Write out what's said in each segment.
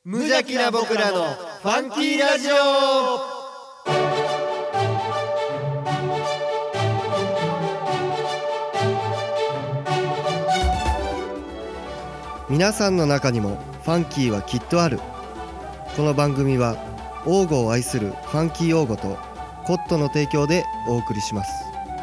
無邪気な僕らのファンキーラジオ。皆さんの中にもファンキーはきっとある。この番組は王語を愛するファンキー王語とコットの提供でお送りします。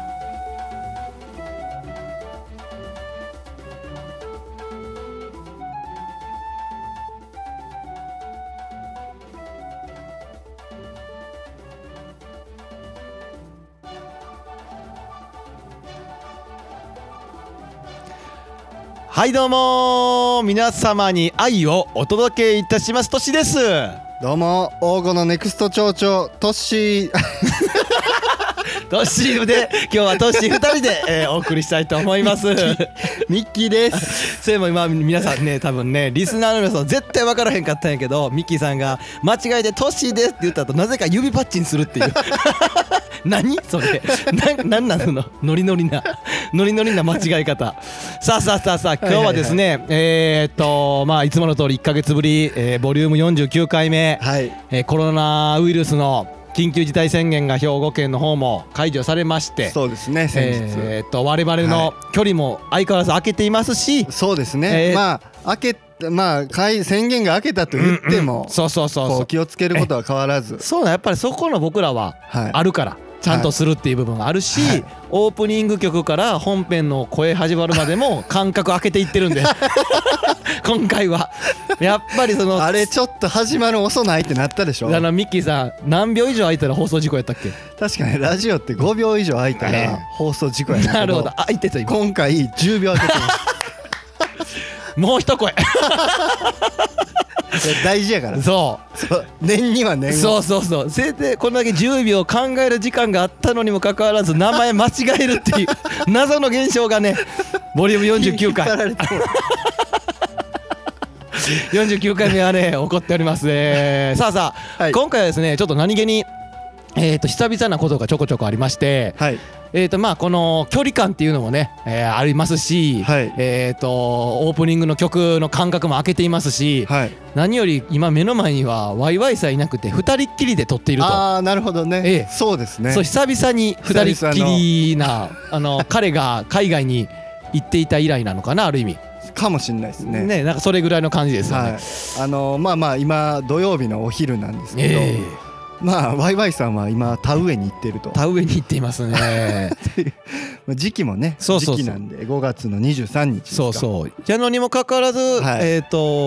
はい、どうも皆様に愛をお届けいたします。トシです。 どうも王語のネクスト町長トッシートッシーで今日はトッシー2人で、お送りしたいと思います。 ミッキーですそれも今皆さんね、多分ねリスナーの皆さん絶対分からへんかったんやけど、ミッキーさんが間違いでトッシーですって言った後なぜか指パッチンするっていう何それなんなのノリノリな間違い方。さあ今日はですね、いつもの通り1ヶ月ぶり、ボリューム49回目、 はい、 コロナウイルスの緊急事態宣言が兵庫県の方も解除されまして、 そうですね、先日、 我々の距離も相変わらず空けていますし、 そうですね、宣言が明けたと言っても、そう気をつけることは変わらず、 そうだ、やっぱりそこの僕らはあるから、ちゃんとするっていう部分があるし、オープニング曲から本編の声始まるまでも間隔空けていってるんで今回はやっぱりあれちょっと始まる遅ないってなったでしょ。 ミッキーさん何秒以上空いたら放送事故やったっけ。 確かにラジオって5秒以上空いたら放送事故やったけど、 なるほど、空いてた今回10秒空けてますもう一声大事やから。そう念には念を。 そうせいでこんだけ10秒考える時間があったのにもかかわらず名前間違えるっていう謎の現象がね、ボリューム49回49回目はね起こっておりますね。さあ、はい、今回はですねちょっと何気に久々なことがちょこちょこありまして、はい、この距離感っていうのもね、ありますし、はい、オープニングの曲の間隔も空けていますし、はい、何より今目の前にはワイワイさんいなくて2人っきりで撮っていると。 ああ、なるほどね、そうですね。 そう、久々に2人っきりな彼が海外に行っていた以来なのかな、ある意味かもしれないですね。 なんかそれぐらいの感じですよね。 はい、今土曜日のお昼なんですけど、ワイワイさんは今田植えに行ってると。 田植えに行っていますね時期もね、時期なんで5月の23日ですか。 そうやのにもかかわらず、はい、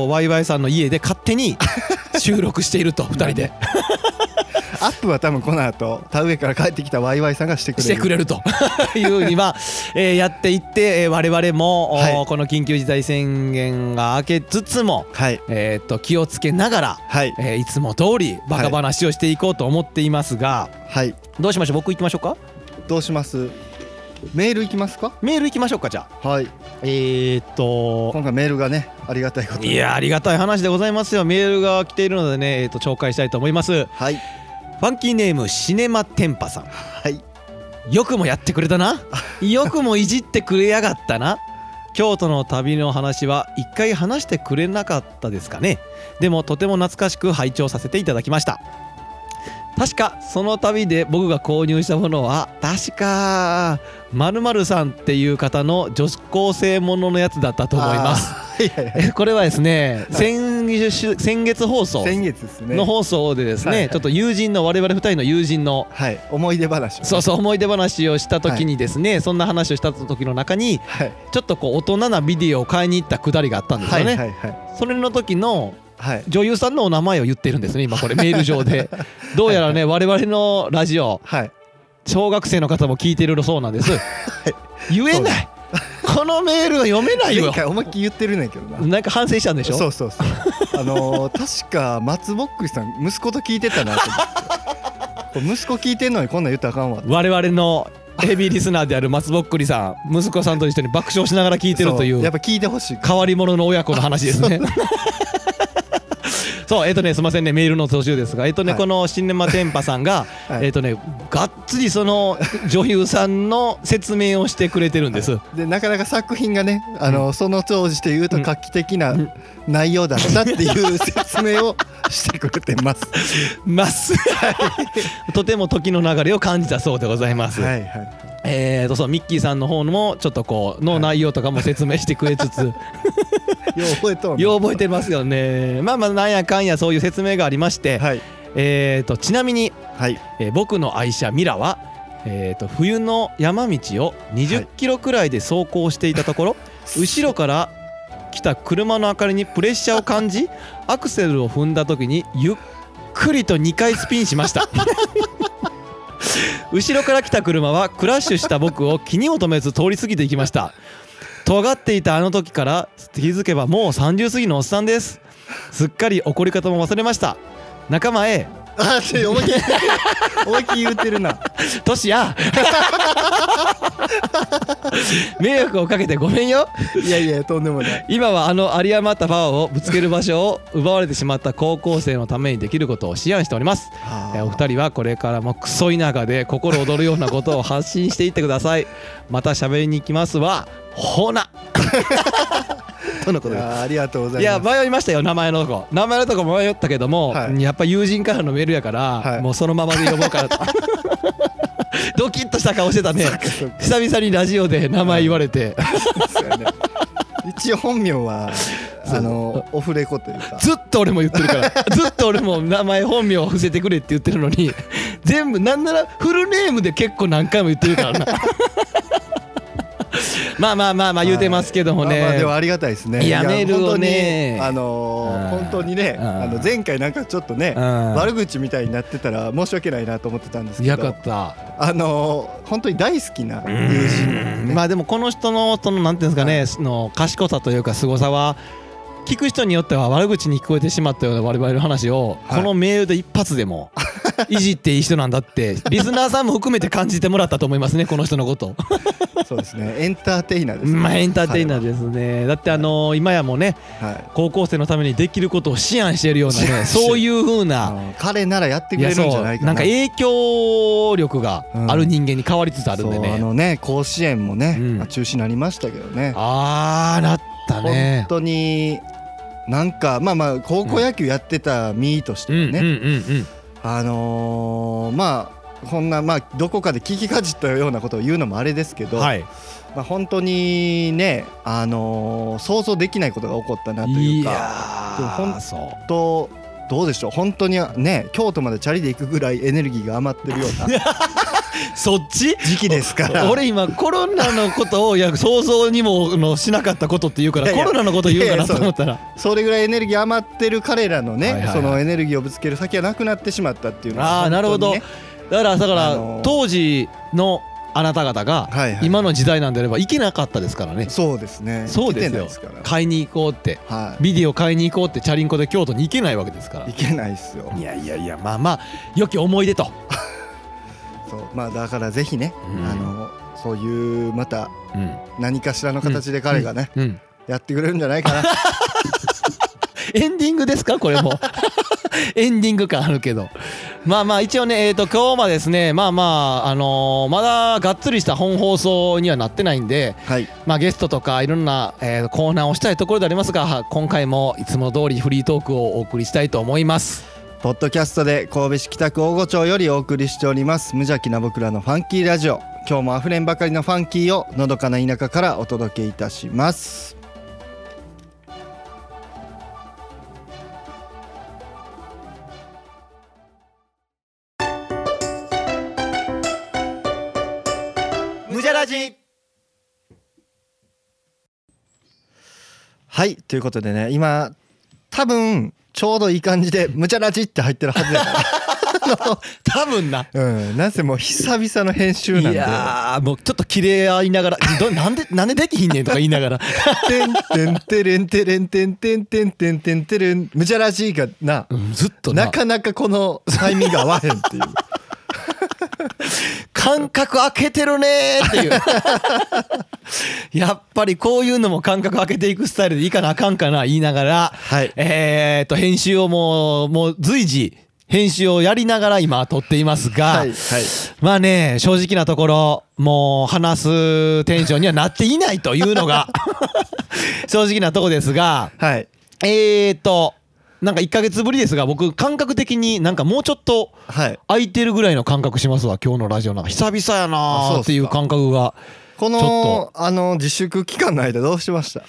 ワイワイさんの家で勝手に収録していると2人でアップは多分この後田植えから帰ってきたワイワイさんがしてくれるというにはやっていって、我々も、はい、この緊急事態宣言が明けつつも、はい、気をつけながら、はい、いつも通りバカ話をしていこうと思っていますが、はい、どうしましょう。僕行きましょうか。 どうします？メール行きますか？ メール行きましょうか。じゃあ、はい、今回メールがね、ありがたいこと。 いや、ありがたい話でございますよ。メールが来ているのでね、紹介したいと思います。はい、ファンキーネームシネマテンパさん。はい、よくもやってくれたなよくもいじってくれやがったな。京都の旅の話は一回話してくれなかったですかね。でもとても懐かしく拝聴させていただきました。確かその旅で僕が購入したものは確か〇〇さんっていう方の女子高生もののやつだったと思います。これはですね、先月放送の放送でですね、ちょっと友人の我々2人の友人の思い出話、 思い出話をした時にですね、そんな話をした時の中にちょっとこう大人なビデオを買いに行ったくだりがあったんですよね。それの時の女優さんのお名前を言ってるんですね、今これメール上でどうやらね、我々のラジオ、小学生の方も聞いてるそうなんです。言えないこのメールは読めないよ。 前回思いっきり言ってるねんけどな。 なんか反省したんでしょ。 そう確か松ぼっくりさん息子と聞いてたなと思って息子聞いてんのにこんなん言ったらあかんわ。 我々のヘビーリスナーである松ぼっくりさん、息子さんと一緒に爆笑しながら聞いてるという、 やっぱ聞いてほしい変わり者の親子の話ですねそうすいませんね、メールの途中ですがはい、 このシネマテンパさんが、 はい、 がっつりその女優さんの説明をしてくれてるんです、 はい、でなかなか作品がねその当時で言うと画期的な内容だったっていう説明をしてくれてますとても時の流れを感じたそうでございます。 はいはい、 そうミッキーさんの方もちょっとこうの内容とかも説明してくれつつ、 よう覚えとんのよう覚えてますよね。まあなんやかんやそういう説明がありまして、はい、ちなみに、はい、僕の愛車ミラは、冬の山道を20キロくらいで走行していたところ、はい、後ろから来た車の明かりにプレッシャーを感じアクセルを踏んだ時にゆっくりと2回スピンしました後ろから来た車はクラッシュした僕を気にも留めず通り過ぎていきました。尖っていたあの時から気づけばもう30過ぎのおっさんです。すっかり怒り方も忘れました。仲間へ思いっきり言ってるなトシや迷惑をかけてごめんよ。 いやいやとんでもない。 今は有り余ったパワーをぶつける場所を奪われてしまった高校生のためにできることを思案しております。お二人はこれからもクソ田舎で心躍るようなことを発信していってください。また喋りに行きますわ。ほなとのことです。 ありがとうございます。 いや迷いましたよ、名前のとこ迷ったけども、はい、やっぱ友人からのメールやから、はい、もうそのままで呼ぼうかなとドキッとした顔してたね。久々にラジオで名前言われて、 一応本名はオフレコというかずっと俺も言ってるからずっと俺も名前本名を伏せてくれって言ってるのに全部なんならフルネームで結構何回も言ってるからなまあ言うてますけどもね、 まあでもありがたいですね。 いやメールをね本当にね前回なんかちょっとね悪口みたいになってたら申し訳ないなと思ってたんですけど、 よかった。 本当に大好きな友人なんで、 まあでもこの人のそのなんていうんですかね、の賢さというか凄さは聞く人によっては悪口に聞こえてしまったような我々の話をこのメールで一発でもいじっていい人なんだってリスナーさんも含めて感じてもらったと思いますね、この人のことそうですね、エンターテイナーですね。 まあエンターテイナーですね。だって今やもね、高校生のためにできることを思案しているようなね、そういう風な彼ならやってくれるんじゃないかな。 なんか影響力がある人間に変わりつつあるんでね。 甲子園もね中止になりましたけどね。 なったね。 本当になんかまあ高校野球やってた身としてね、まあこんなどこかで聞きかじったようなことを言うのもあれですけど、本当にね想像できないことが起こったなというか、本当どうでしょう、本当にね京都までチャリで行くぐらいエネルギーが余ってるようなそっち時期ですから。 俺今コロナのことを想像にもしなかったことって言うからコロナのこと言うかなと思ったら、 それぐらいエネルギー余ってる彼らのねそのエネルギーをぶつける先がなくなってしまったっていうのは、 なるほど。だから当時のあなた方が今の時代なんであれば行けなかったですからね。 そうですね、 そうですよ。買いに行こうって、ビデオ買いに行こうってチャリンコで京都に行けないわけですから。 行けないっすよ。 いやまあ良き思い出とそうだからぜひねそういうまた何かしらの形で彼がねやってくれるんじゃないかな。 エンディングですかこれもエンディング感あるけど、まあ一応ね今日はですねまだがっつりした本放送にはなってないんで、ゲストとかいろんなコーナーをしたいところでありますが、今回もいつも通りフリートークをお送りしたいと思います。 ポッドキャストで神戸市北区大御町よりお送りしております無邪気な僕らのファンキーラジオ。今日もあふれんばかりのファンキーをのどかな田舎からお届けいたします。 無邪ラジ。 はい、ということでね、今多分ちょうどいい感じで無茶ラジって入ってるはずやから多分な、 なんせもう久々の編集なんで、いやもうちょっと切れ合いながらなんでできひんねんとか言いながらてんてんてれんてれんてんてんてんてんてんてれん無茶ラジがずっとなかなかこのタイミング合わへんっていうか間隔空けてるねーっていうやっぱりこういうのも間隔空けていくスタイルでいかなあかんかな言いながら、 はい、 編集をもう随時編集をやりながら今撮っていますが、はいはい、まあね正直なところもう話すテンションにはなっていないというのが正直なとこですが、はい、なんか1ヶ月ぶりですが僕感覚的になんかもうちょっと空いてるぐらいの感覚しますわ。今日のラジオなんか久々やなーっていう感覚がこの自粛期間の間どうしました？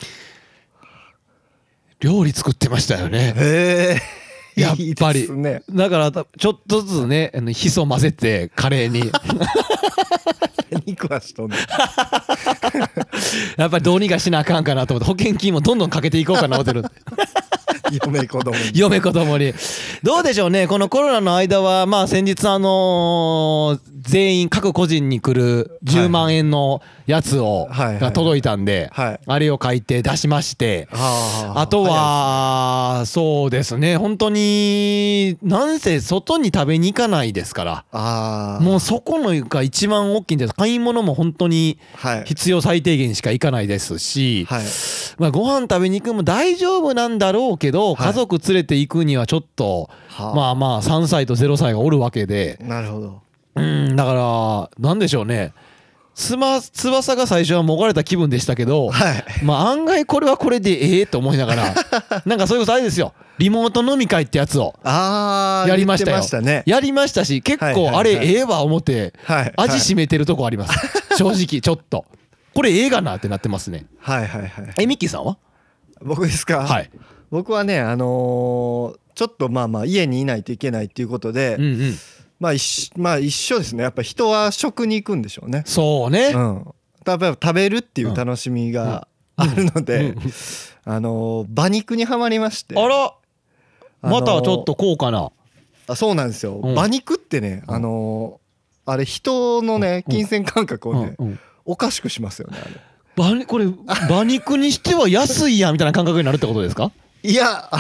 料理作ってましたよね。やっぱりいいですね。だからちょっとずつねヒ素混ぜてカレーに肉はしとんねんやっぱりどうにかしなあかんかなと思って保険金もどんどんかけていこうかな思ってる嫁子供にどうでしょうね。このコロナの間はまあ先日全員各個人に来る10万円のやつが届いたんであれを書いて出しまして、あとはそうですね本当になんせ外に食べに行かないですからもうそこのが一番大きいんです。買い物も本当に必要最低限しか行かないですし、まあご飯食べに行くも大丈夫なんだろうけど家族連れて行くにはちょっとまあ3歳と0歳がおるわけで、 なるほど。 だからなんでしょうね翼が最初はもがれた気分でしたけど、まあ案外これはこれでと思いながらなんかそれこそあれですよリモート飲み会ってやつをやりましたよ。やりましたし結構あれわ思って味しめてるとこあります正直ちょっとこれがなってなってますね。ミッキーさんは？ 僕ですか？はい、僕はねちょっとまあ家にいないといけないっていうことで、まあ一緒ですね。やっぱ人は食に行くんでしょうね。 そうね。 やっぱ食べるっていう楽しみがあるので、馬肉にはまりまして。 あら、またちょっと高価な。 そうなんですよ。馬肉ってね、あれ人のね金銭感覚をねおかしくしますよね。 これ馬肉にしては安いやみたいな感覚になるってことですか？ いや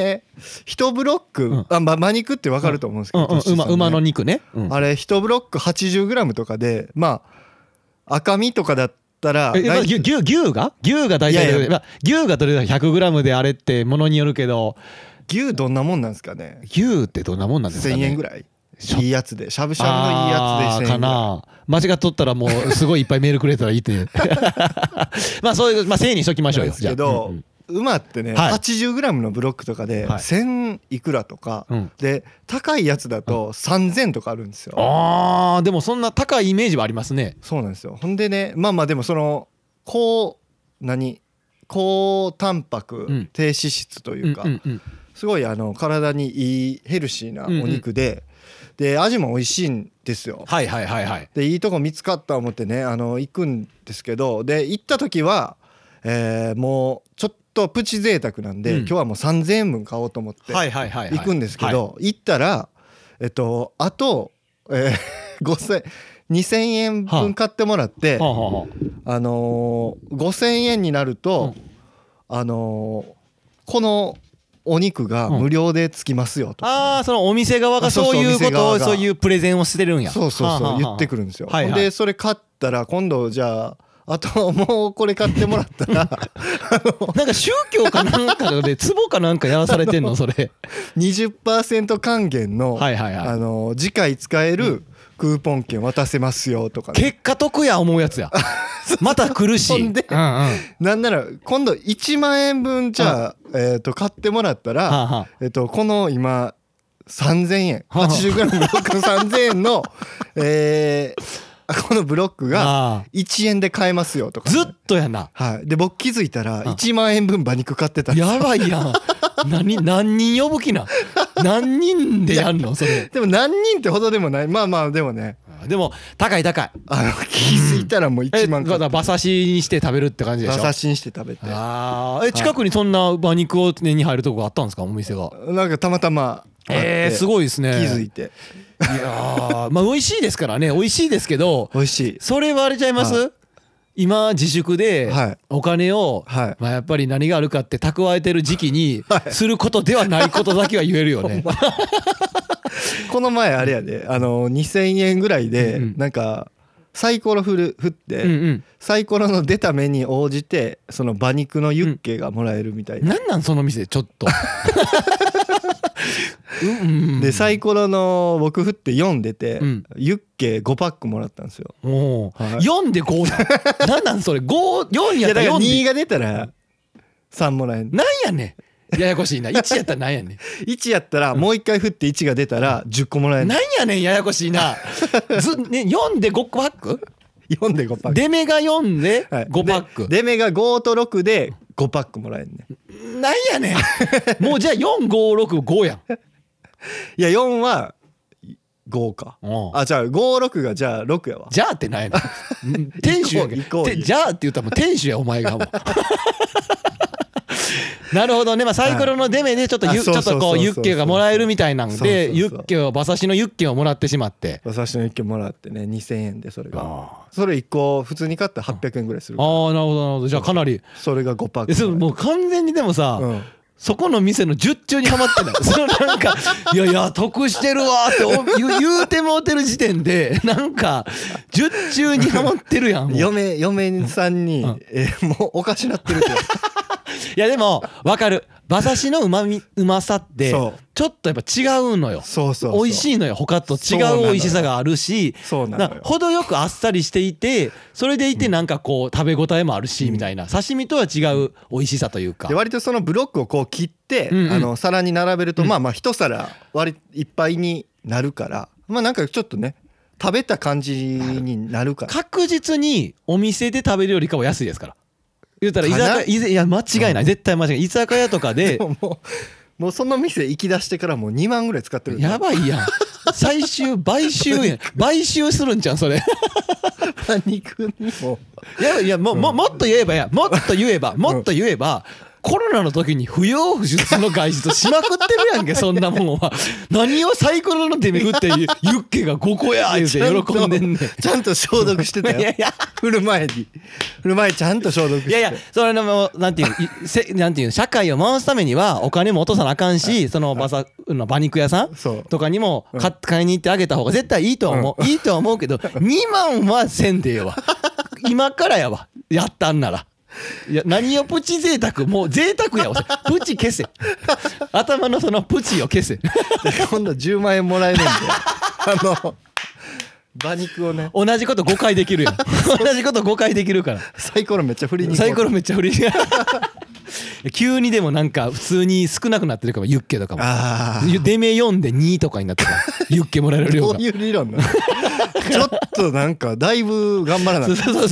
1ブロック馬肉って分かると思うんですけど、 馬の肉ね、 あれ1ブロック 80g とかでまあ赤身とかだったら牛が大体牛がどれだ 100g であれってものによるけど牛どんなもんなんですかね。 牛ってどんなもんなんですかね。 1000円ぐらいいいやつでしゃぶしゃぶのいいやつで1000円ぐらい間違っとったらもうすごいいっぱいメールくれたらいいってまあそういう1000円にしときましょうよ。 ですけど馬ってね 80g のブロックとかで1000いくらとかで高いやつだと3000とかあるんですよ。 でもそんな高いイメージはありますね。 そうなんですよ。ほんでねまあでもその高タンパク低脂質というかすごい体にいいヘルシーなお肉で味も美味しいんですよ。でいいとこ見つかった思ってね行くんですけど、で行った時はもうちょっとプチ贅沢なんで今日はもう3000円分買おうと思って行くんですけど、行ったらあと2000円分買ってもらって5000円になるとこのお肉が無料でつきますよとか、 そのお店側がそういうことをそういうプレゼンをしてるんや。 そう言ってくるんですよ。でそれ買ったら今度じゃあともうこれ買ってもらったらなんか宗教かなんかで壺かなんかやらされてんのそれ 20% 還元の次回使えるクーポン券渡せますよとか、 結果得や思うやつやまた来るしなんなら今度1万円分じゃあ買ってもらったらこの今3000円 80g ブロックの3000円のこのブロックが1円で買えますよとか、 ずっとやな。 で僕気づいたら1万円分馬肉買ってたんですよ。 やばいやん何人呼ぶ気な何人でやんのそれ。 でも何人ってほどでもない。まあでもねでも高い気づいたらもう1万馬刺しにして食べるって感じでしょ。 馬刺しにして食べて近くにそんな馬肉を手に入るとこがあったんですかお店が。 なんかたまたますごいですね。 気づいていやまあ美味しいですからね。美味しいですけど美味しい。 それはあれちゃいます、今自粛でお金をまあやっぱり何があるかって蓄えてる時期にすることではないことだけは言えるよねこの前あれやで2000円ぐらいでうんうんなんかサイコロ振って、 うんうん、 サイコロの出た目に応じてその馬肉のユッケがもらえるみたいな、 なんなんその店ちょっとでサイコロの僕振って4出て、 うん、 ユッケ5パックもらったんですよ。 お、はい、4で5なんなんそれ4やったら4で 2が出たら3もらえる。 なんやねん、ややこしいな。1やったらなんやねん。 1やったらもう1回振って1が出たら10個もらえる。 なんやねん、ややこしいな。ね、4で5パック 4で5パック、 出目が4で5パック、 出目が5と6で5パックもらえるね。 なんやねんもうじゃあ4565やん。 いや4は5か。あ、じゃあ56がじゃあ6やわ。 じゃあってないの店主やんけ。じゃあって言ったらもう店主やお前がもうなるほどね。まあサイコロの出目でちょっとこうユッケがもらえるみたいなんで、ユッケを馬刺しのユッケをもらってしまって、 馬刺しのユッケもらってね2000円で、それがそれ1個普通に買ったら800円ぐらいするから。 ああ、なるほどなるほど。じゃあかなりそれが5パック。 もう完全にでもさ、そこの店の術中にはまってないそのなんかいや得してるわって言うてもうてる時点でなんか術中にはまってるやん。 嫁さんに、もうおかしなってるっていやでも分かる。馬刺しのうまさってちょっとやっぱ違うのよ。美味しいのよ。他と違う美味しさがあるし、程よくあっさりしていて、それでいてなんかこう食べ応えもあるしみたいな、刺身とは違う美味しさというか。 で割とそのブロックをこう切って皿に並べるとまあ一皿割いっぱいになるから、まあなんかちょっとね食べた感じになるから。 確実にお店で食べるよりかは安いですから。言ったらいや間違いない、絶対間違いない。居酒屋とかでもうその店行き出してからもう2万ぐらい使ってる。 やばいやん。最終買収やん。買収するんじゃんそれ。 馬肉にもいやもっと言えばコロナの時に不要不出の外出しまくってるやんけそんなもんは。何をサイコロの出目振ってユッケが5個や言うて喜んでんねん。 ちゃんと消毒してたよ。振る前ちゃんと消毒して。 いやそれのなんていう社会を回すためにはお金も落とさなあかんし、その馬肉屋さんとかにも買いに行ってあげた方が絶対いいとは思う。いいとは思うけど2万はせんでええわ。今からやわ、やったんなら。いや何をプチ贅沢、もう贅沢やわ。プチ消せ。頭のそのプチを消せ。 今度10万円もらえるんで馬肉をね同じこと5回できるやん。同じこと5回できるから。 サイコロめっちゃ振りにサイコロめっちゃ振りに急にでもなんか普通に少なくなってるかも。ユッケとかも出目4で2とかになってたユッケもらえる量が。 どういう理論なのちょっとなんかだいぶ頑張らない。 そう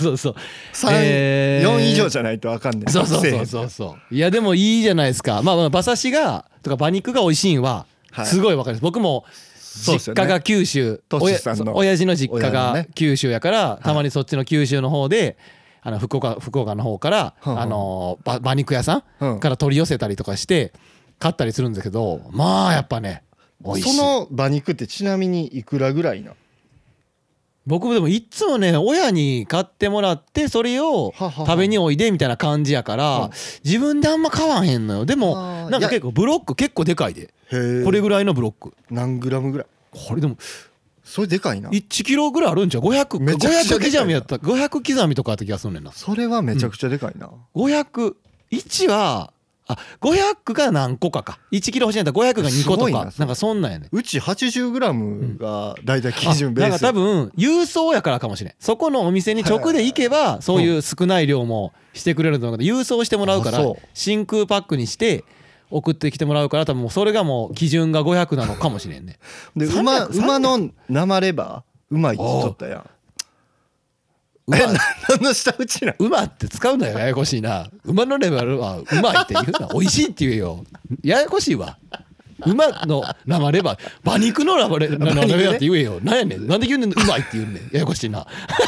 4以上じゃないとあかんねん。 そういやでもいいじゃないですか。まあ馬刺しがとか馬肉が美味しいんはすごいわかります。僕も実家が九州、親父の実家が九州やからたまにそっちの九州の方で福岡の方から馬肉屋さんから取り寄せたりとかして買ったりするんですけど、まあやっぱね美味しい。 その馬肉ってちなみにいくらぐらいな？ 僕でもいつもね親に買ってもらってそれを食べにおいでみたいな感じやから自分であんま買わへんのよ。でもなんか結構ブロック結構でかいで、これぐらいのブロック何グラムぐらい？ これでもそれでかいな。 1キロぐらいあるんちゃう？500刻みやった500刻みとかあった気がするねんな。 それはめちゃくちゃでかいな。 501は500が何個か1キロ欲しいんだったら500が2個とかなんかそんなんやね。 うち80グラムがだいたい基準ベース。 なんか多分郵送やからかもしれん。そこのお店に直で行けばそういう少ない量もしてくれると思うけど、郵送してもらうから真空パックにして送ってきてもらうから多分もうそれがもう基準が500なのかもしれんね。 で馬の生レバーうまいって言っとったやん。何の下打ちな。 馬って使うのよ、ややこしいな。馬のレバーはうまいって言うな。美味しいって言えよ。ややこしいわ。馬の生レバー、馬肉の生レバーって言えよ。なんやねん。なんで言うねん、うまいって言うねん。ややこしいな。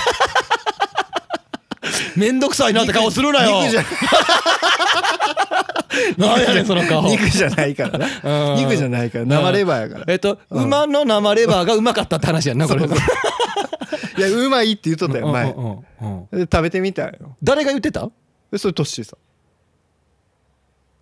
めんどくさいなって顔するなよ。なんやねんその顔。 肉じゃないからな。肉じゃないから生レバーやから。 馬の生レバーがうまかったって話やんなこれ。 いやうまいって言っとったよ前。食べてみたよ。 誰が言ってた？ それトッシーさん。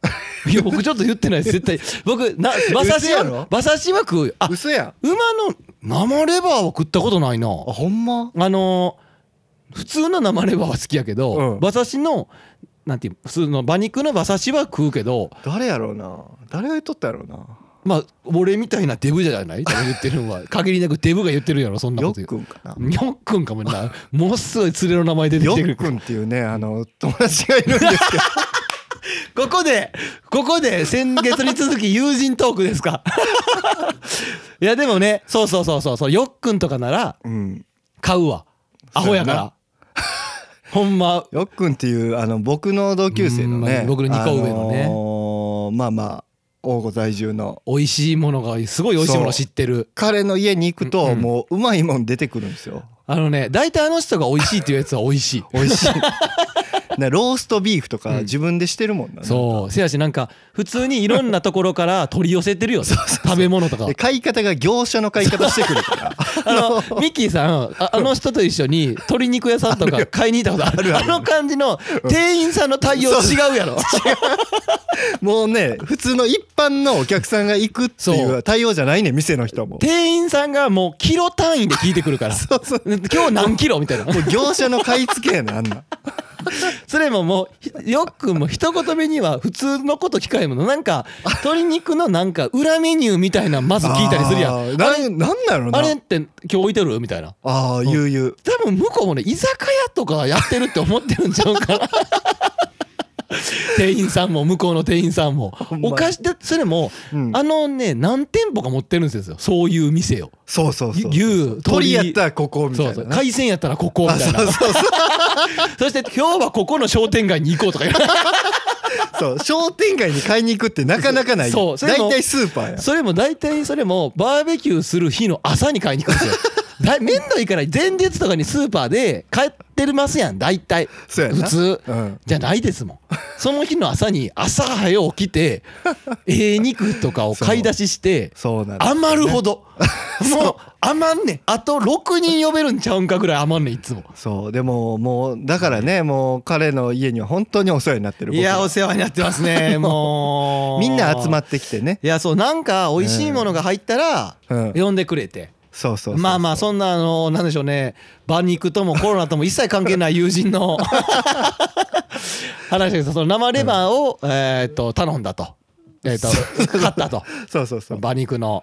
いや僕ちょっと言ってないです絶対。僕馬刺しは食う。 嘘やん。 馬の生レバーは食ったことないな。 ほんま。 普通の生レバーは好きやけど、馬刺しのなんていう普通の馬肉の馬刺しは食うけど。 誰やろうな、誰が言っとったやろうな。 まあ俺みたいなデブじゃない言ってるのは限りなくデブが言ってるやろそんなこと言う。 よっくんかな。 よっくんかもな。ものすごい連れの名前出てきてくる。 よっくんっていうね友達がいるんですけどここで先月に続き友人トークですかいやでもねそうよっくんとかなら買うわ、アホやからほんま。 よっくんっていう僕の同級生のね、 僕の2個上のね、 まあまあ大御在住の美味しいものがすごい美味しいもの知ってる彼の家に行くともううまいもん出てくるんですよ。 大体あの人が美味しいっていうやつは美味しい美味しいローストビーフとか自分でしてるもんな。 そうせやしなんか普通にいろんなところから取り寄せてるよ食べ物とか。 買い方が業者の買い方してくるからミッキーさんあの人と一緒に鶏肉屋さんとか買いに行ったことある。あの感じの店員さんの対応違うやろもうね普通の一般のお客さんが行くっていう対応じゃないね店の人も。 店員さんがもうキロ単位で聞いてくるから今日何キロみたいな。 もう業者の買い付けやなあんなそれもうよくも一言目には普通のこと聞かへんもの。なんか鶏肉のなんか裏メニューみたいなまず聞いたりするやん。 なんだろうなあれって今日置いてるみたいな。 言う多分向こうもね居酒屋とかやってるって思ってるんちゃうかな店員さんも向こうの店員さんもお菓子でそれも何店舗か持ってるんですよそういう店を。 そう牛鶏やったらここみたいな海鮮やったらここみたいな。そして今日はここの商店街に行こうとか言うそう商店街に買いに行くってなかなかない。大体スーパーや。 それも大体それもバーベキューする日の朝に買いに行くんですよめんどいから前日とかにスーパーで買ってますやん大体普通じゃないですもん。その日の朝に朝早起きて肉とかを買い出しして余るほどもう余んねん。あと6人呼べるんちゃうんかぐらい余んねんいつも。 そうでももうだからねもう彼の家には本当にお世話になってる。 いやお世話になってますねもうみんな集まってきてね。 いやそうなんか美味しいものが入ったら呼んでくれて。 そうまあまあそんななんでしょうね馬肉ともコロナとも一切関係ない友人の話だけどその生レバーを頼んだと買ったとそう馬肉の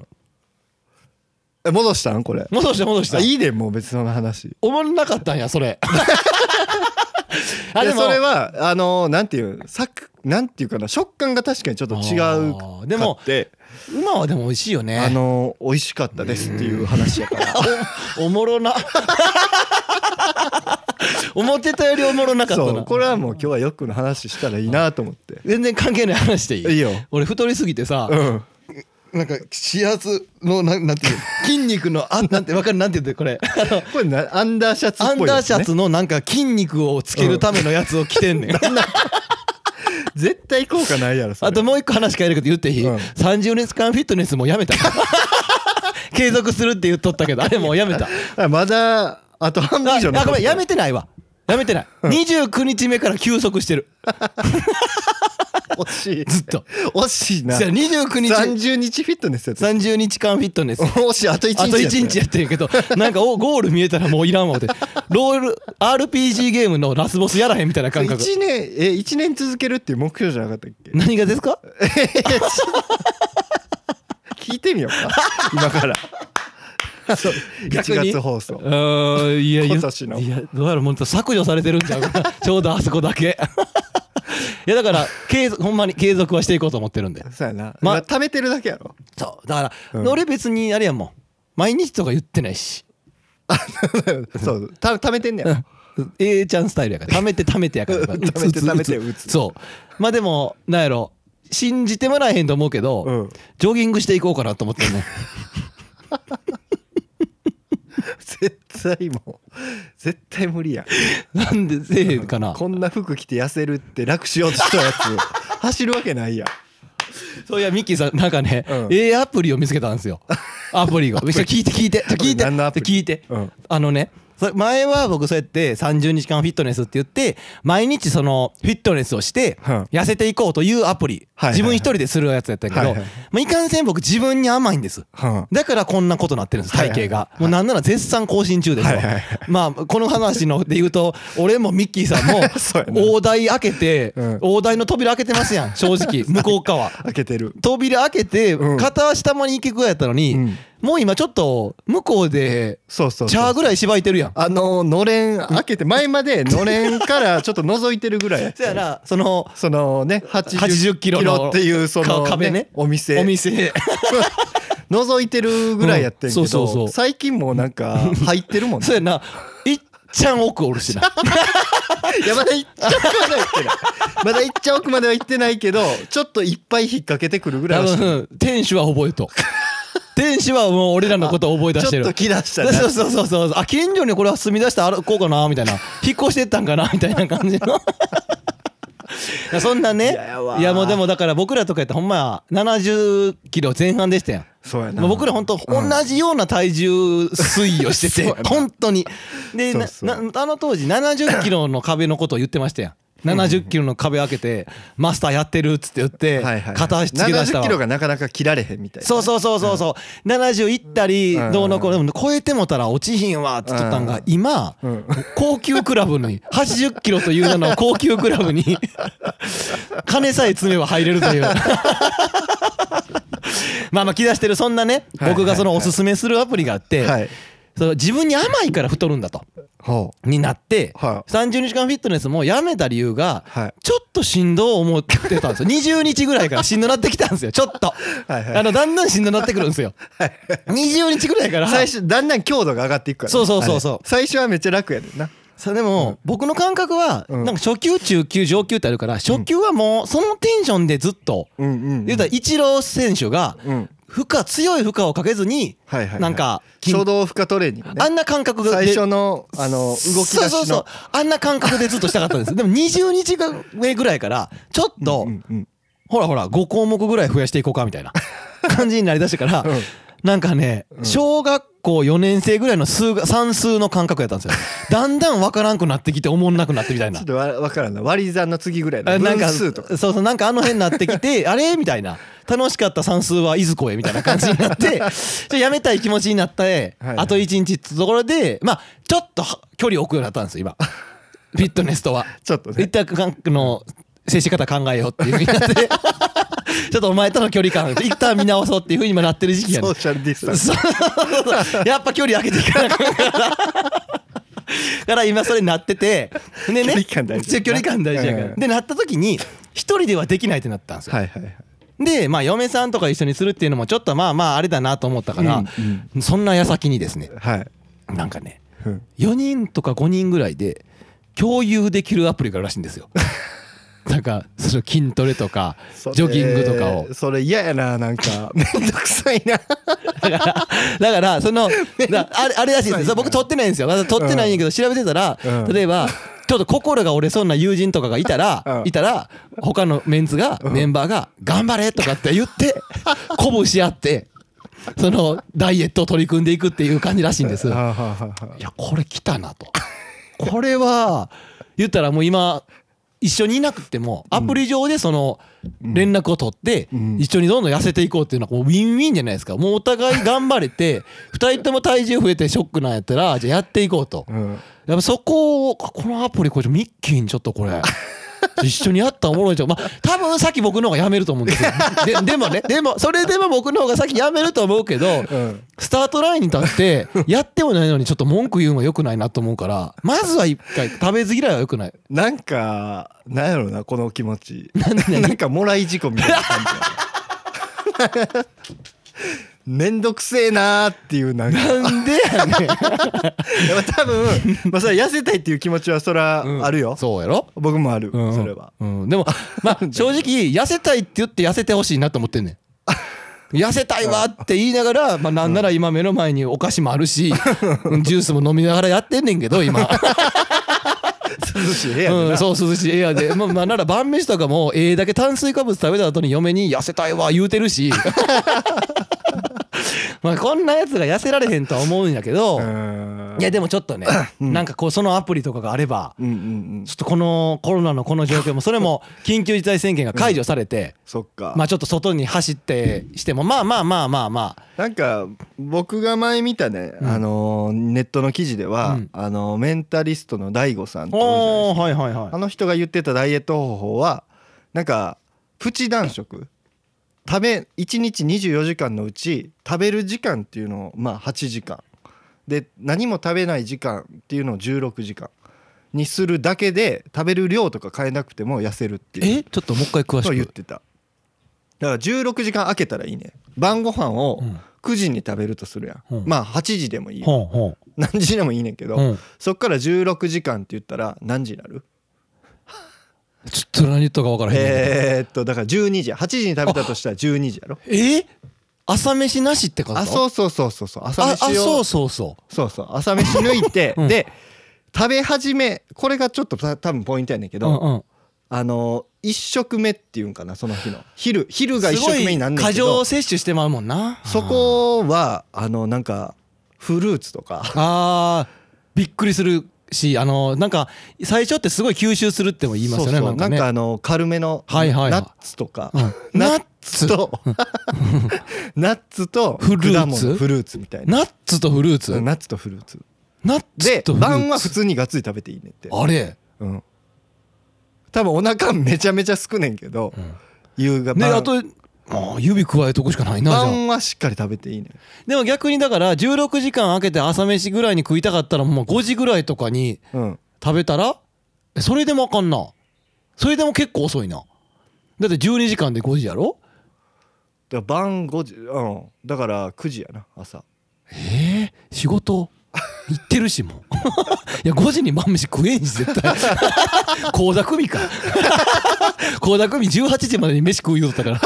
戻したんこれ。 戻したいいでもう別の話。 おもんなかったんやそれでもそれはなんていうかな食感が確かにちょっと違うでも馬はでも美味しいよね。 美味しかったですっていう話やからおもろな思ってたよりおもろなかったな。 そうこれはもう今日はよくの話したらいいなと思って。 全然関係ない話でいい？ いいよ。 俺太りすぎてさなんか指圧のなんていう筋肉のなんてわかるなんて言うこれこれアンダーシャツっぽいやつね。 アンダーシャツのなんか筋肉をつけるためのやつを着てんねん絶対効果ないやろそれ。 あともう一個話変えるけど言っていい？30日間フィットネスもやめた継続するって言っとったけどあれもうやめたまだあと半分以上残ってる。 ごめんやめてない29日目から休息してる惜しいずっと惜しいな。 29日 30日フィットネスやつ 30日間フィットネス惜しいあと1日やってるけどなんかゴール見えたらもういらんわってロール RPG ゲームのラスボスやらへんみたいな感覚。 1年続けるっていう目標じゃなかったっけ？ 何がですか聞いてみようか今から1月放送いや今年のいやどうやらもう削除されてるんちゃうかなちょうどあそこだけいやだからほんまに継続はしていこうと思ってるんで。 そうやな貯めてるだけやろ。 そうだから、俺別にあれやもん毎日とか言ってないしそう貯めてんねや。 A ちゃんスタイルやから貯めてやから貯めて打つ。 そうまあでもなんやろ信じてもらえへんと思うけど、ジョギングしていこうかなと思ってね絶対無理やん。なんでせえへんかな。 こんな服着て痩せるって楽しようとしたやつ走るわけないやん。 そういやミッキーさんなんかね、アプリを見つけたんですよ。アプリが聞いて何のアプリ？ 聞いて、 前は僕そうやって30日間フィットネスって言って毎日そのフィットネスをして痩せていこうというアプリ、自分一人でするやつやったんやけど、いかんせん僕自分に甘いんです。だからこんなことになってるんです体型が。もうなんなら絶賛更新中ですよ。まあこの話ので言うと俺もミッキーさんも大台開けて大台の扉開けてますやん正直。向こう側開けてる扉開けて片足たまに行きぐらいやったのに、もう今ちょっと向こうでチャーぐらいしばいてるやん。 のれん開けて前までのれんからちょっと覗いてるぐらいやそやなそのね80キロのっていうその壁ねお店覗いてるぐらいやってんけど最近もうなんか入ってるもんね。 そうやないっちゃん奥おるしな。 いやまだいっちゃ奥までは行ってないまだいっちゃ奥までは行ってないけどちょっといっぱい引っ掛けてくるぐらいはしてる。 店主は覚えと店主はもう俺らのことを覚え出してる。 ちょっと来だしたね。 そうあ近所にこれは住み出して歩こうかなみたいな引っ越してったんかなみたいな感じのそんなね。いやもうでもだから僕らとかやったらほんま70キロ前半でしたやん。 そうやな。 もう僕らほんと同じような体重推移をしてて本当にであの当時70キロの壁のことを言ってましたやん。70キロの壁開けてマスターやってるっつって言って片足突き出したわ。 70キロがなかなか切られへんみたいな。 そう70いったりどうのこうの超えてもたら落ちひんわっつっとったんが今高級クラブに80キロという名の高級クラブに金さえ詰めば入れるというまあ来だしてるそんなね僕がそのおすすめするアプリがあって自分に甘いから太るんだとになって30日間フィットネスもやめた理由がちょっとしんど思ってたんですよ。20日ぐらいからしんどなってきたんですよちょっとだんだんしんどなってくるんですよ。20日ぐらいから最初だんだん強度が上がっていくから。 そう最初はめっちゃ楽やでんな。 でも僕の感覚はなんか初級中級上級ってあるから初級はもうそのテンションでずっと言うたらイチロー選手が強い負荷をかけずになんか初動負荷トレーニングね。 あんな感覚で最初の動き出しのあんな感覚でずっとしたかったんです。でも20日目ぐらいからちょっとほら5項目ぐらい増やしていこうかみたいな感じになりだしてからなんかね小学校4年生ぐらいの算数の感覚やったんですよ。だんだん分からんくなってきておもんなくなってみたいな。 ちょっと分からんな。割り算の次ぐらいの分数とかそうなんかあの辺になってきてあれみたいな楽しかった算数はいずこへみたいな感じになってやめたい気持ちになったあと1日ってところでまあちょっと距離置くようになったんですよ今フィットネスとは。 ちょっとねいったの接し方考えようっていう風になってちょっとお前との距離感一旦見直そうっていう風に今なってる時期やね。 ソーシャルディスタンスやっぱ距離開けていかなかったから今それになっててでね距離感大事やからでなった時に一人ではできないってなったんですよ。でまあ嫁さんとか一緒にするっていうのもちょっとまああれだなと思ったからそんな矢先にですねなんかね4人とか5人ぐらいで共有できるアプリがあるらしいんですよ。なんかその筋トレとかジョギングとかをそれ嫌やな。なんかめんどくさいなだからそのあれらしいですよ。僕撮ってないんですよ。まだ撮ってないんやけど調べてたら例えばちょっと心が折れそうな友人とかがいたら他のメンバーが頑張れとかって言って鼓舞し合ってそのダイエットを取り組んでいくっていう感じらしいんです。いやこれ来たなと。これは言ったらもう今一緒にいなくてもアプリ上でその連絡を取って一緒にどんどん痩せていこうっていうのはもうウィンウィンじゃないですか。もうお互い頑張れて2人とも体重増えてショックなんやったらじゃあやっていこうと。やっぱそこをこのアプリこれミッキーにちょっとこれ一緒にやったらおもろいじゃん。まあ多分さっき僕の方がやめると思うんですよ。でもそれでも僕の方がさっきやめると思うけどスタートラインに立ってやってもないのにちょっと文句言うのは良くないなと思うからまずは一回食べず嫌いは良くない。 なんかなんやろなこの気持ちなんかもらい事故みたいな感じめんどくせえなーっていうなんでやねん多分まあそれ痩せたいっていう気持ちはそらあるよ。 そうやろ。 僕もあるそれは。 でもまあ正直痩せたいって言って痩せてほしいなと思ってんねん。痩せたいわって言いながらまあなんなら今目の前にお菓子もあるしジュースも飲みながらやってんねんけど今涼しい部屋でな。 そう涼しい部屋でまあなら晩飯とかもだけ炭水化物食べた後に嫁に痩せたいわ言うてるしまあこんなやつが痩せられへんとは思うんやけど、いやでもちょっとね、なんかこうそのアプリとかがあれば、ちょっとこのコロナのこの状況もそれも緊急事態宣言が解除されて、 そっか、 まあちょっと外に走ってしてもまあなんか僕が前見たね、ネットの記事では、メンタリストの大悟さんとあの人が言ってたダイエット方法はなんかプチ断食、1日24時間のうち食べる時間っていうのをまあ8時間で、何も食べない時間っていうのを16時間にするだけで食べる量とか変えなくても痩せるっていう。 ちょっともう一回詳しく言ってた。だから16時間空けたらいいね。晩ご飯を9時に食べるとするやん、まあ8時でもいいよ、何時でもいいねんけど、そっから16時間って言ったら何時になる？ ちょっと何言ったか分からへん。 だから12時、8時に食べたとしたら12時やろ。 朝飯なしってこと？ そう朝飯をそう朝飯抜いてで食べ始め、これがちょっと多分ポイントやねんけど、1食目っていうんかな、その日の昼が1食目になんねんけど、 過剰摂取してまうもんな。 そこはなんかフルーツとかびっくりするし、なんか最初ってすごい吸収するっても言いますよね。 なんか軽めのナッツとか、ナッツとフルーツ、 フルーツみたいな。 ナッツとフルーツで晩は普通にガッツリ食べていいねって。 あれ、 多分お腹めちゃめちゃすくねんけど、夕方ね、あと指加えとくしかないな。 晩はしっかり食べていいね。 でも逆にだから16時間空けて朝飯ぐらいに食いたかったらもう5時ぐらいとかに食べたら、それでもあかんな。それでも結構遅いな。だって12時間で5時やろ。 だから晩5時、だから9時やな、朝。 仕事行ってるしもういや5時に晩飯食えんし絶対倖田來未か倖田來未18時までに飯食う言うとった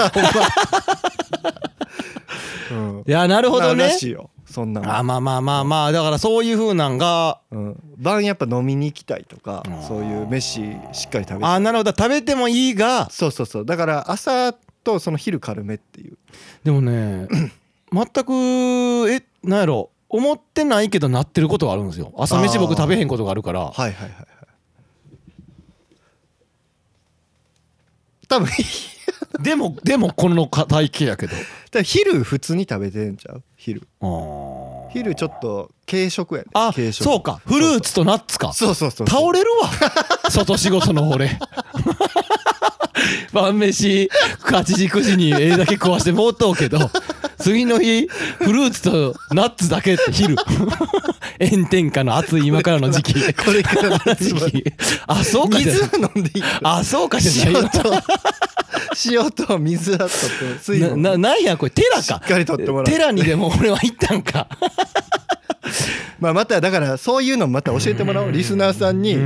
からいやなるほどね。 らしいよそんな。 まあだからそういう風なんが、 晩やっぱ飲みに行きたいとか、そういう飯しっかり食べて。 なるほど、食べてもいいが、 そうだから朝とその昼軽めっていう。 でもね全くなんやろ、思ってないけどなってることがあるんですよ。朝飯僕食べへんことがあるから。多分でもこの体型やけど。 昼普通に食べてんちゃう？昼ちょっと軽食やで。 そうか、フルーツとナッツか。 そう倒れるわ外仕事の俺晩飯8時9時にだけ食わしてもうとうけど、次の日フルーツとナッツだけって昼炎天下の暑い今からの時期これからの時期そうか、 水は飲んでいいから。 そうかじゃないよ塩と水はとっても水分なんやこれ、寺か、 しっかりとってもらう。 寺にでも俺は行ったんかまただからそういうのまた教えてもらおう、リスナーさんに。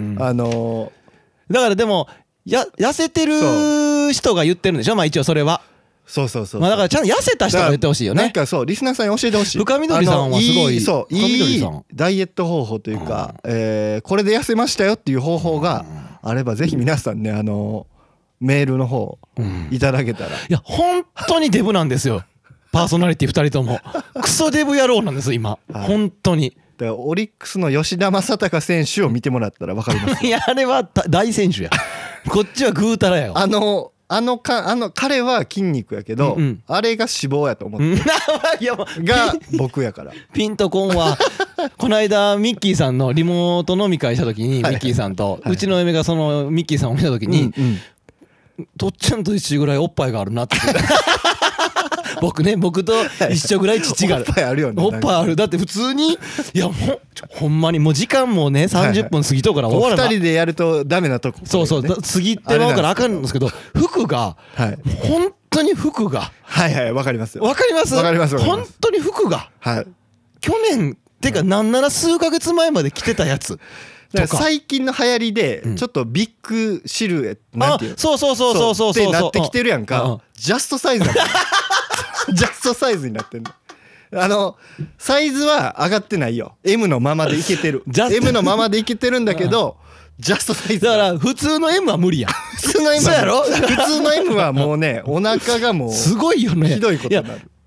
だからでも痩せてる人が言ってるんでしょ。まあ一応それはそうまあだからちゃんと痩せた人が言ってほしいよね。 なんかそうリスナーさんに教えてほしい。 深緑さんはすごいいいダイエット方法というか、これで痩せましたよっていう方法があればぜひ皆さんねメールの方いただけたら。いや本当にデブなんですよパーソナリティ2人ともクソデブ野郎なんです今、本当に。 だからオリックスの吉田正尚選手を見てもらったら分かりますいやあれは大選手やこっちはグータラやよ。 彼は筋肉やけど、あれが脂肪やと思ってが僕やからピンとこんはこの間ミッキーさんのリモート飲み会した時にミッキーさんとうちの嫁がそのミッキーさんを見た時にとっちゃんと一緒ぐらいおっぱいがあるなって僕と一緒ぐらい父がおっぱいあるよね。 おっぱいある。だって普通にいやほんまにもう時間もね30分過ぎとから終わらない。 2人でやるとダメなとこ。 そう過ぎてまうからあかんんですけど、服が本当に服がわかりますよ。 わかります本当に服が去年てかなんなら数ヶ月前まで着てたやつ。 最近の流行りでちょっとビッグシルエットなんていうそうってなってきてるやんか。ジャストサイズだジャストサイズになってんの。サイズは上がってないよ。 M のままでいけてるM のままでいけてるんだけどジャストサイズだから普通の M は無理やん。 普通の M はもうねお腹がもうすごいよね。 ひどいことになる。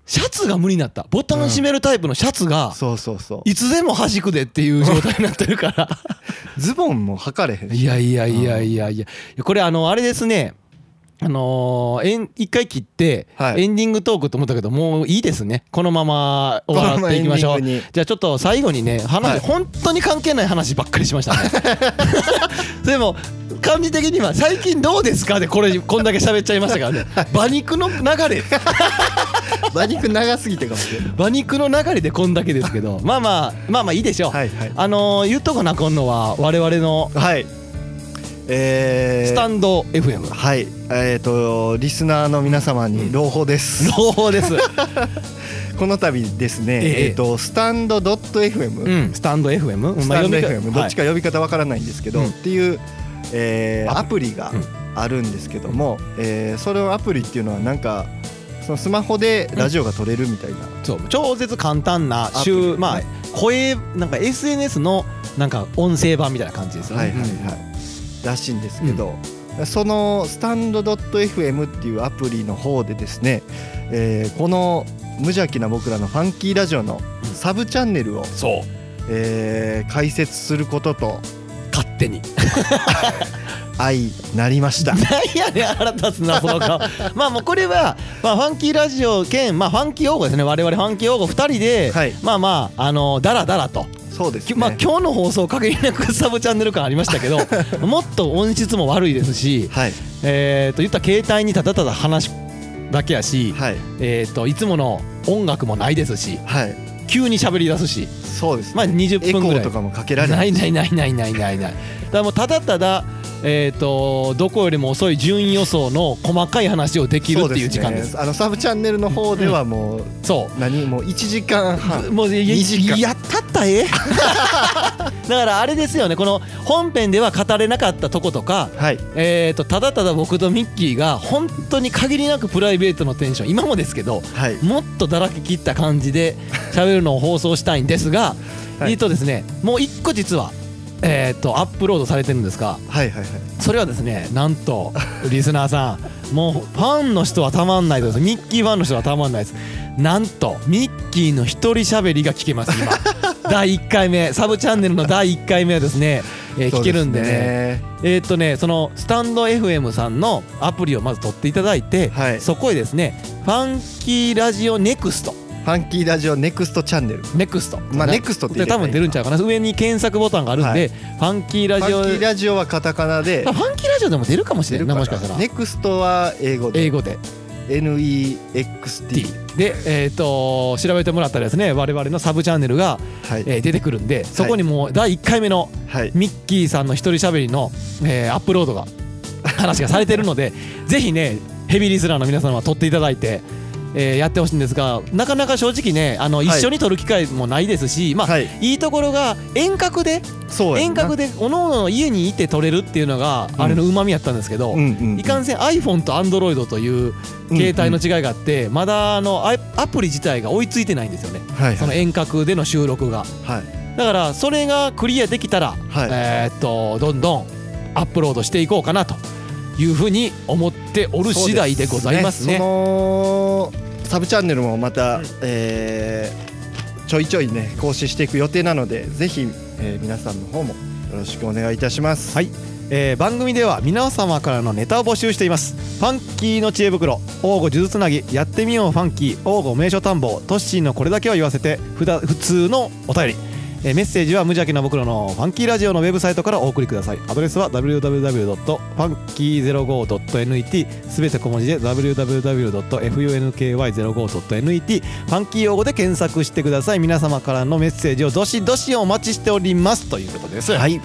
シャツが無理になった。ボタン閉めるタイプのシャツがいつでも弾くでっていう状態になってるからズボンも履かれへんし。 いやこれあれですね、一回切ってエンディングトークと思ったけど、もういいですね、このまま終わっていきましょう。じゃあちょっと最後にね、本当に関係ない話ばっかりしましたねでも感じ的には最近どうですかでこんだけ喋っちゃいましたからね馬肉の流れ馬肉長すぎてかもしれない。 馬肉の流れでこんだけですけど、まあいいでしょう。言っとかな今度は我々のスタンド FM、 リスナーの皆様に朗報です。 朗報ですこの度ですね、スタンド .fm、 スタンド FM、 スタンド FM、 どっちか呼び方わからないんですけど、っていうアプリがあるんですけども、それをアプリっていうのはなんかそのスマホでラジオが撮れるみたいな、 そう超絶簡単な声なんか SNS のなんか音声版みたいな感じですよね。 らしいんですけど、そのスタンド .fm っていうアプリの方でですね、この無邪気な僕らのファンキーラジオのサブチャンネルを開設することと勝手に相なりました。 何やねん腹立つなその顔まあもうこれはファンキーラジオ兼ファンキー王吾ですね。我々ファンキー王吾2人でダラダラと。 そうですね。 今日の放送限りなくサブチャンネル感ありましたけどもっと音質も悪いですし、言ったら携帯にただただ話だけやし、いつもの音楽もないですし、急に喋り出すし、 そうですね。 20分ぐらいエコーとかもかけられない。 ないだからもうただただどこよりも遅い順位予想の細かい話をできるっていう時間です。 サブチャンネルの方ではもう、もう1時間半もう2時間やったっただからあれですよね、この本編では語れなかったとことか、ただただ僕とミッキーが本当に限りなくプライベートのテンション、今もですけど、もっとだらけ切った感じで喋るのを放送したいんですが、ですね、もう一個実はアップロードされてるんですが、それはですね、なんとリスナーさんもうファンの人はたまんないです。ミッキーファンの人はたまんないです。なんとミッキーの一人喋りが聞けます今第1回目サブチャンネルの第1回目はですね、聞けるんでね、そのスタンド FM さんのアプリをまず取っていただいて、そこへですねファンキーラジオネクスト、 ファンキーラジオネクストチャンネル、 ネクスト、 ネクストって多分出るんちゃうかな。上に検索ボタンがあるんで、ファンキーラジオ、 ファンキーラジオはカタカナで、 ファンキーラジオでも出るかもしれないな、もしかしたら。 ネクストは英語で NEXT で調べてもらったらですね、我々のサブチャンネルが出てくるんで、そこにもう第1回目のミッキーさんの一人喋りのアップロードが話がされてるのでぜひねヘビーリスナーの皆さんは撮っていただいてやってほしいんですが、なかなか正直ね一緒に撮る機会もないですし、いいところが遠隔でおのおの家にいて撮れるっていうのがあれのうまみやったんですけど、いかんせん iPhone と Android という携帯の違いがあって、まだアプリ自体が追いついてないんですよね、その遠隔での収録が。だからそれがクリアできたらどんどんアップロードしていこうかなというふうに思っておる次第でございますね。 そのサブチャンネルもまた、ちょいちょいね更新していく予定なので、ぜひ、皆さんの方もよろしくお願いいたします。 番組では皆様からのネタを募集しています。ファンキーの知恵袋、王吾数珠つなぎ、やってみようファンキー、王吾名所探訪、トッシーのこれだけは言わせて、普通のお便り、メッセージは無邪気な僕らのファンキーラジオのウェブサイトからお送りください。アドレスは www.funky05.net、 すべて小文字で www.funky05.net、 ファンキー用語で検索してください。皆様からのメッセージをどしどしお待ちしておりますということです。来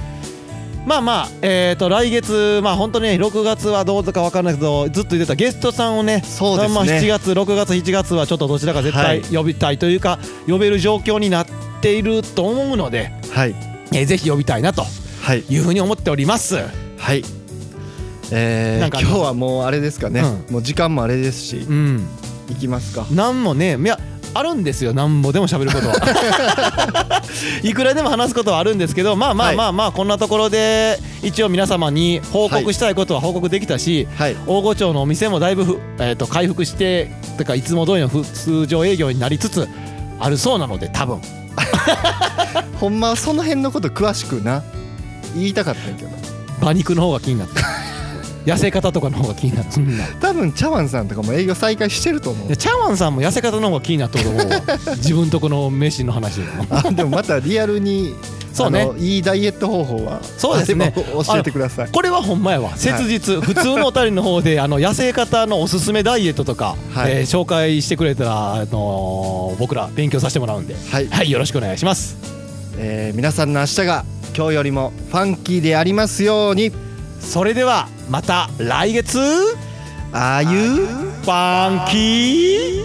月本当に6月はどうか分からないけど、ずっと言ってたゲストさんをね、7月6月7月はちょっとどちらか絶対呼びたいというか、呼べる状況になっていると思うので、ぜひ呼びたいなというふうに思っております。今日はもうあれですかね、もう時間もあれですし、行きますか。 なんもね、いやあるんですよ、なんぼでも喋ることはいくらでも話すことはあるんですけど、まあこんなところで一応皆様に報告したいことは報告できたし、大御町のお店もだいぶ回復しててかいつも通りの通常営業になりつつあるそうなので、多分ほんまはその辺のこと詳しくな言いたかったんやけど、 馬肉の方が気になった痩せ方とかの方が気になった。そんな多分茶碗さんとかも営業再開してると思う。 茶碗さんも痩せ方の方が気になったと思うわ自分とこの飯の話でもまたリアルにそうね、いいダイエット方法はそうですね教えてください。 これはほんまやわ、切実、普通のおたりの方で痩せ方のおすすめダイエットとか、紹介してくれたら僕ら勉強させてもらうんで、よろしくお願いします。 皆さんの明日が今日よりもファンキーでありますように。 それではまた来月、 Are you funky?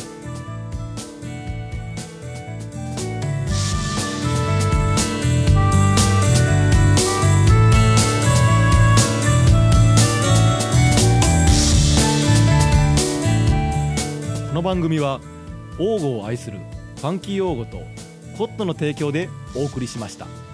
この番組は王語を愛するファンキー王語とコットの提供でお送りしました。